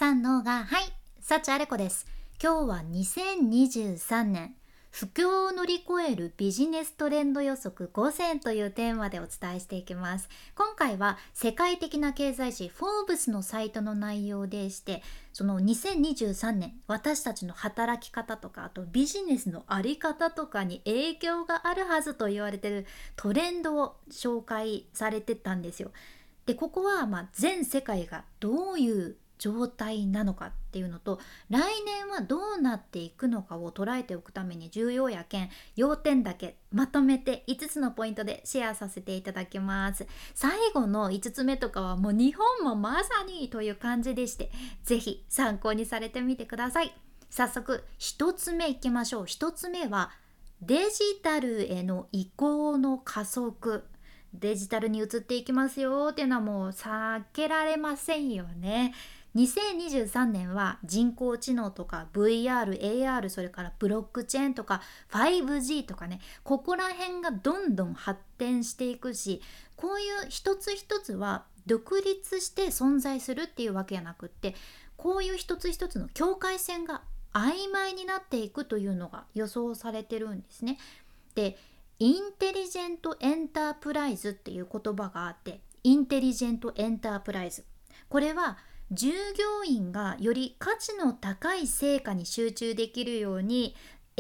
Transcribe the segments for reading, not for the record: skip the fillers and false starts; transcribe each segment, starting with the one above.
三のがはい、幸あれ子です。今日は2023年不況を乗り越えるビジネストレンド予測5選というテーマでお伝えしていきます。今回は世界的な経済誌フォーブスのサイトの内容でして、その2023年私たちの働き方とか、あとビジネスのあり方とかに影響があるはずと言われているトレンドを紹介されてたんですよ。でここは全世界がどういう状態なのかっていうのと、来年はどうなっていくのかを捉えておくために重要やけん要点だけまとめて5つのポイントでシェアさせていただきます。最後の5つ目とかはもう日本もまさにという感じでして、ぜひ参考にされてみてください。早速1つ目いきましょう。1つ目はデジタルへの移行の加速。デジタルに移っていきますよっていうのはもう避けられませんよね。2023年は人工知能とか VR、AR、それからブロックチェーンとか 5G とかね、ここら辺がどんどん発展していくし、こういう一つ一つは独立して存在するっていうわけじゃなくって、こういう一つ一つの境界線が曖昧になっていくというのが予想されてるんですね。で、インテリジェントエンタープライズっていう言葉があって、インテリジェントエンタープライズ、これは従業員がより価値の高い成果に集中できるように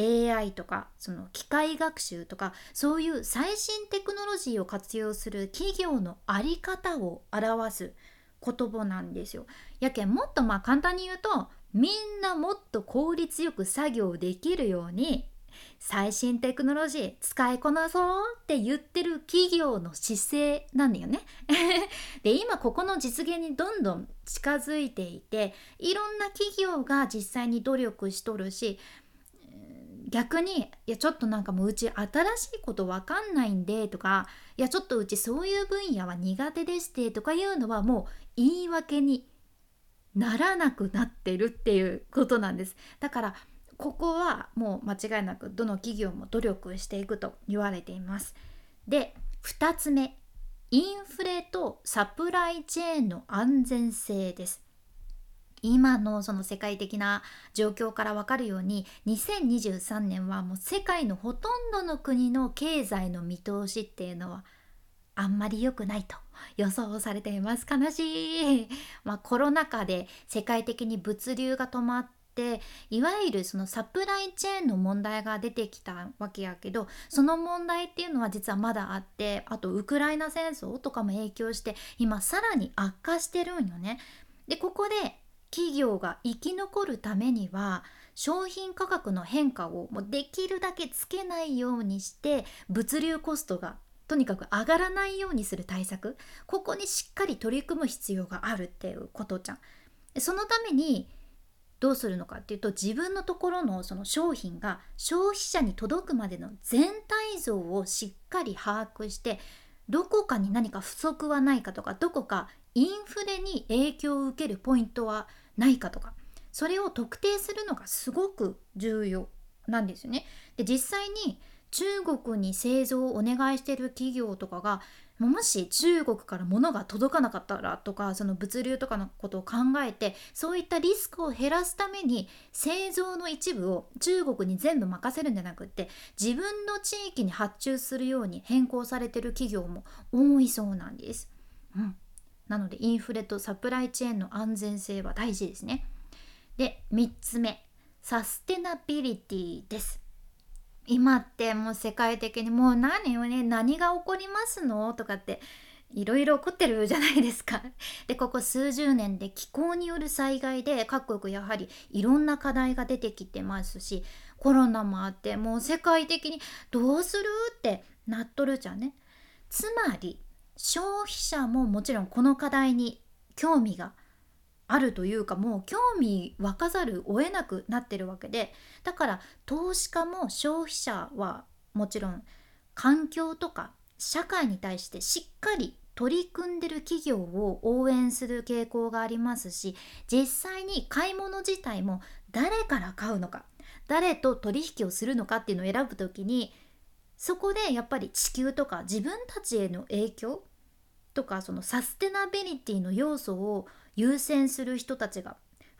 AI とかその機械学習とか、そういう最新テクノロジーを活用する企業の在り方を表す言葉なんですよ。やけんもっと簡単に言うと、みんなもっと効率よく作業できるように最新テクノロジー使いこなそうって言ってる企業の姿勢なんだよねで、今ここの実現にどんどん近づいていて、いろんな企業が実際に努力しとるし、逆にいやちょっともううち新しいことわかんないんでとか、いやちょっとうちそういう分野は苦手でしてとかいうのはもう言い訳にならなくなってるっていうことなんです。だからここはもう間違いなくどの企業も努力していくと言われています。で、2つ目、インフレとサプライチェーンの安全性です。今のその世界的な状況から分かるように、2023年はもう世界のほとんどの国の経済の見通しっていうのはあんまり良くないと予想されています。悲しい。コロナ禍で世界的に物流が止まって、いわゆるそのサプライチェーンの問題が出てきたわけやけど、その問題っていうのは実はまだあって、あとウクライナ戦争とかも影響して今さらに悪化してるんよね。で、ここで企業が生き残るためには商品価格の変化をもうできるだけつけないようにして、物流コストがとにかく上がらないようにする対策、ここにしっかり取り組む必要があるっていうことじゃん。そのためにどうするのかっていうと、自分のところのその商品が消費者に届くまでの全体像をしっかり把握して、どこかに何か不足はないかとか、どこかインフレに影響を受けるポイントはないかとか、それを特定するのがすごく重要なんですよね。で、実際に中国に製造をお願いしている企業とかが、もし中国から物が届かなかったらとか、その物流とかのことを考えて、そういったリスクを減らすために製造の一部を中国に全部任せるんじゃなくって、自分の地域に発注するように変更されている企業も多いそうなんです。なのでインフレとサプライチェーンの安全性は大事ですね。で、3つ目、サステナビリティです。今ってもう世界的にもう何が起こりますのとかっていろいろ起こってるじゃないですか。で、ここ数十年で気候による災害で各国やはりいろんな課題が出てきてますし、コロナもあってもう世界的にどうするってなっとるじゃんね。つまり消費者ももちろんこの課題に興味があるというか、もう興味湧かざるを得なくなってるわけで、だから投資家も消費者はもちろん環境とか社会に対してしっかり取り組んでる企業を応援する傾向がありますし、実際に買い物自体も誰から買うのか、誰と取引をするのかっていうのを選ぶときに、そこでやっぱり地球とか自分たちへの影響とか、そのサステナビリティの要素を優先する人たちが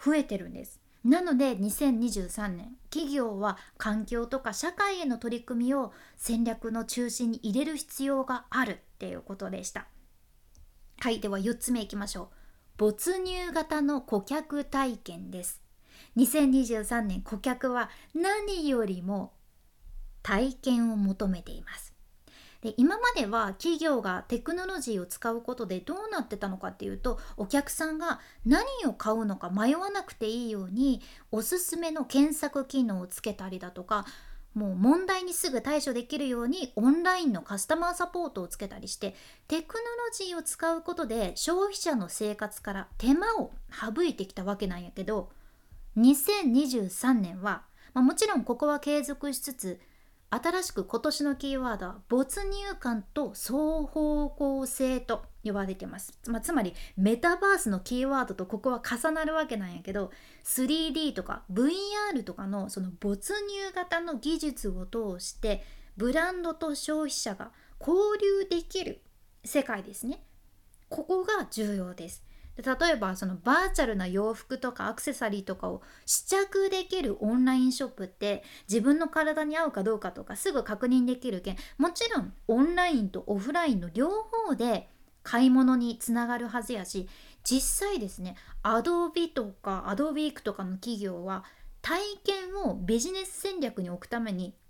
増えてるんです。なので2023年企業は環境とか社会への取り組みを戦略の中心に入れる必要があるっていうことでした。はい、では4つ目いきましょう。没入型の顧客体験です。2023年顧客は何よりも体験を求めています。で、今までは企業がテクノロジーを使うことでどうなってたのかっていうと、お客さんが何を買うのか迷わなくていいようにおすすめの検索機能をつけたりだとか、もう問題にすぐ対処できるようにオンラインのカスタマーサポートをつけたりして、テクノロジーを使うことで消費者の生活から手間を省いてきたわけなんやけど、2023年は、もちろんここは継続しつつ、新しく今年のキーワードは没入感と双方向性と呼ばれてます。つまりメタバースのキーワードとここは重なるわけなんやけど、 3D とか VR とかのその没入型の技術を通してブランドと消費者が交流できる世界ですね。ここが重要です。で、例えばそのバーチャルな洋服とかアクセサリーとかを試着できるオンラインショップって、自分の体に合うかどうかとかすぐ確認できるけん、もちろんオンラインとオフラインの両方で買い物につながるはずやし、実際ですね、アドビとかアドビークとかの企業は体験をビジネス戦略に置くために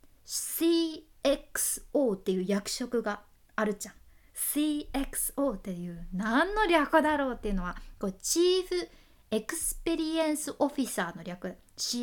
CXO っていう役職があるじゃん。CXO っていう何の略だろうっていうのは、これチーフエクスペリエンスオフィサーの略、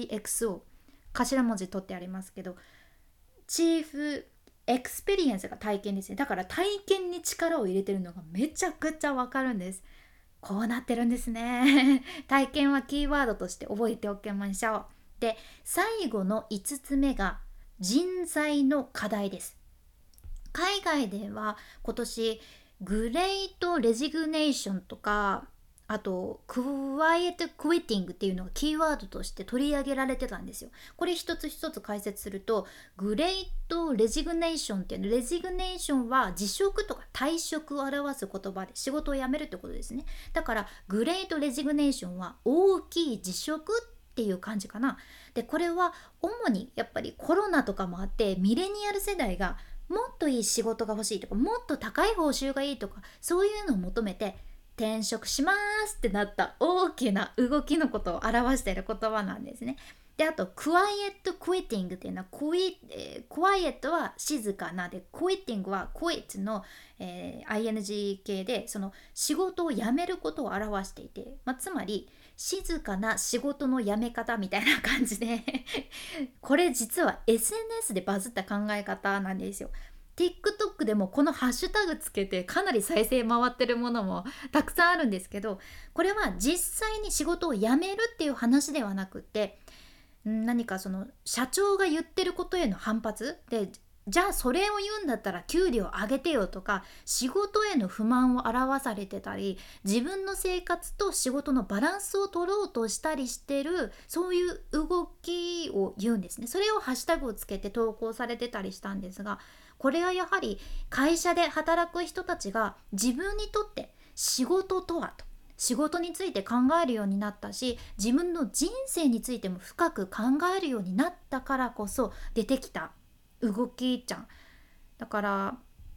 CXO 頭文字取ってありますけど、チーフエクスペリエンスが体験ですね。だから体験に力を入れてるのがめちゃくちゃわかるんです。こうなってるんですね。体験はキーワードとして覚えておきましょう。で、最後の5つ目が人材の課題です。海外では今年グレートレジグネーションとか、あとクワイエットクイッティングっていうのがキーワードとして取り上げられてたんですよ。これ一つ一つ解説すると、グレートレジグネーションっていうの、レジグネーションは辞職とか退職を表す言葉で仕事を辞めるってことですね。だからグレートレジグネーションは大きい辞職っていう感じかな。で、これは主にやっぱりコロナとかもあって、ミレニアル世代がもっといい仕事が欲しいとか、もっと高い報酬がいいとか、そういうのを求めて転職しますってなった大きな動きのことを表している言葉なんですね。で、あとクワイエットクイッティングっていうのはクワイエットは静かなで、クイッティングはクイットの、ing 系で、その仕事を辞めることを表していて、つまり静かな仕事の辞め方みたいな感じでこれ実は SNS でバズった考え方なんですよ。TikTok でもこのハッシュタグつけてかなり再生回ってるものもたくさんあるんですけど、これは実際に仕事を辞めるっていう話ではなくて、何かその社長が言ってることへの反発で、じゃあそれを言うんだったら給料上げてよとか、仕事への不満を表されてたり、自分の生活と仕事のバランスを取ろうとしたりしてる、そういう動きを言うんですね。それをハッシュタグをつけて投稿されてたりしたんですが、これはやはり会社で働く人たちが自分にとって仕事とはと、仕事について考えるようになったし、自分の人生についても深く考えるようになったからこそ出てきた動きじゃん。だから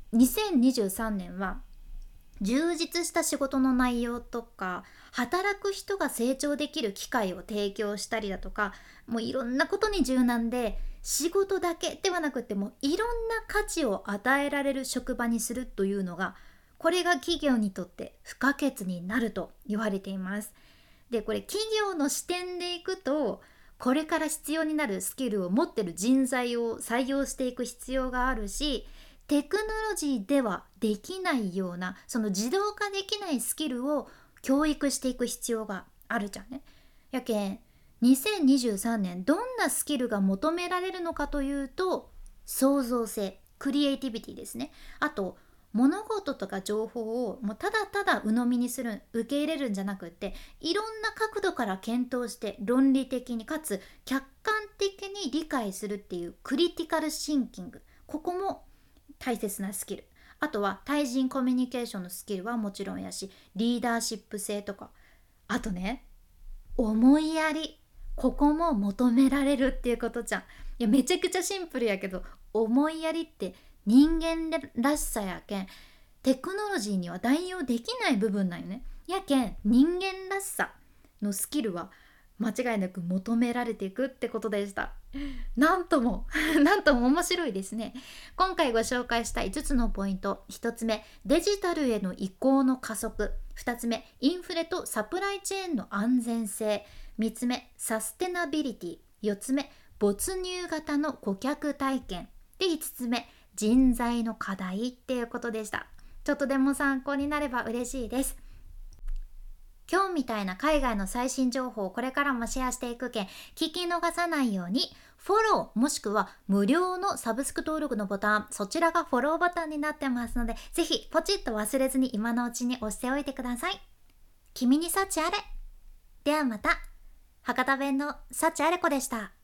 2023年は充実した仕事の内容とか、働く人が成長できる機会を提供したりだとか、もういろんなことに柔軟で、仕事だけではなくてもいろんな価値を与えられる職場にするというのが、これが企業にとって不可欠になると言われています。で、これ企業の視点でいくと、これから必要になるスキルを持ってる人材を採用していく必要があるし、テクノロジーではできないような、その自動化できないスキルを教育していく必要があるじゃんね。やけん2023年どんなスキルが求められるのかというと、創造性、クリエイティビティですね。あと物事とか情報をもうただただ鵜呑みにする、受け入れるんじゃなくって、いろんな角度から検討して論理的にかつ客観的に理解するっていうクリティカルシンキング、ここも大切なスキル。あとは対人コミュニケーションのスキルはもちろんやし、リーダーシップ性とか、あとね、 思いやり、ここも求められるっていうことじゃん。いやめちゃくちゃシンプルやけど、思いやりって人間らしさやけん、テクノロジーには代用できない部分なんよね。やけん人間らしさのスキルは間違いなく求められていくってことでした。なんともなんとも面白いですね。今回ご紹介した5つのポイント。1つ目、デジタルへの移行の加速。2つ目、インフレとサプライチェーンの安全性。3つ目、サステナビリティ。4つ目、没入型の顧客体験。で、5つ目、人材の課題っていうことでした。ちょっとでも参考になれば嬉しいです。今日みたいな海外の最新情報をこれからもシェアしていくけん、聞き逃さないようにフォローもしくは無料のサブスク登録のボタン、そちらがフォローボタンになってますので、ぜひポチッと忘れずに今のうちに押しておいてください。君に幸あれ。ではまた。博多弁の幸あれ子でした。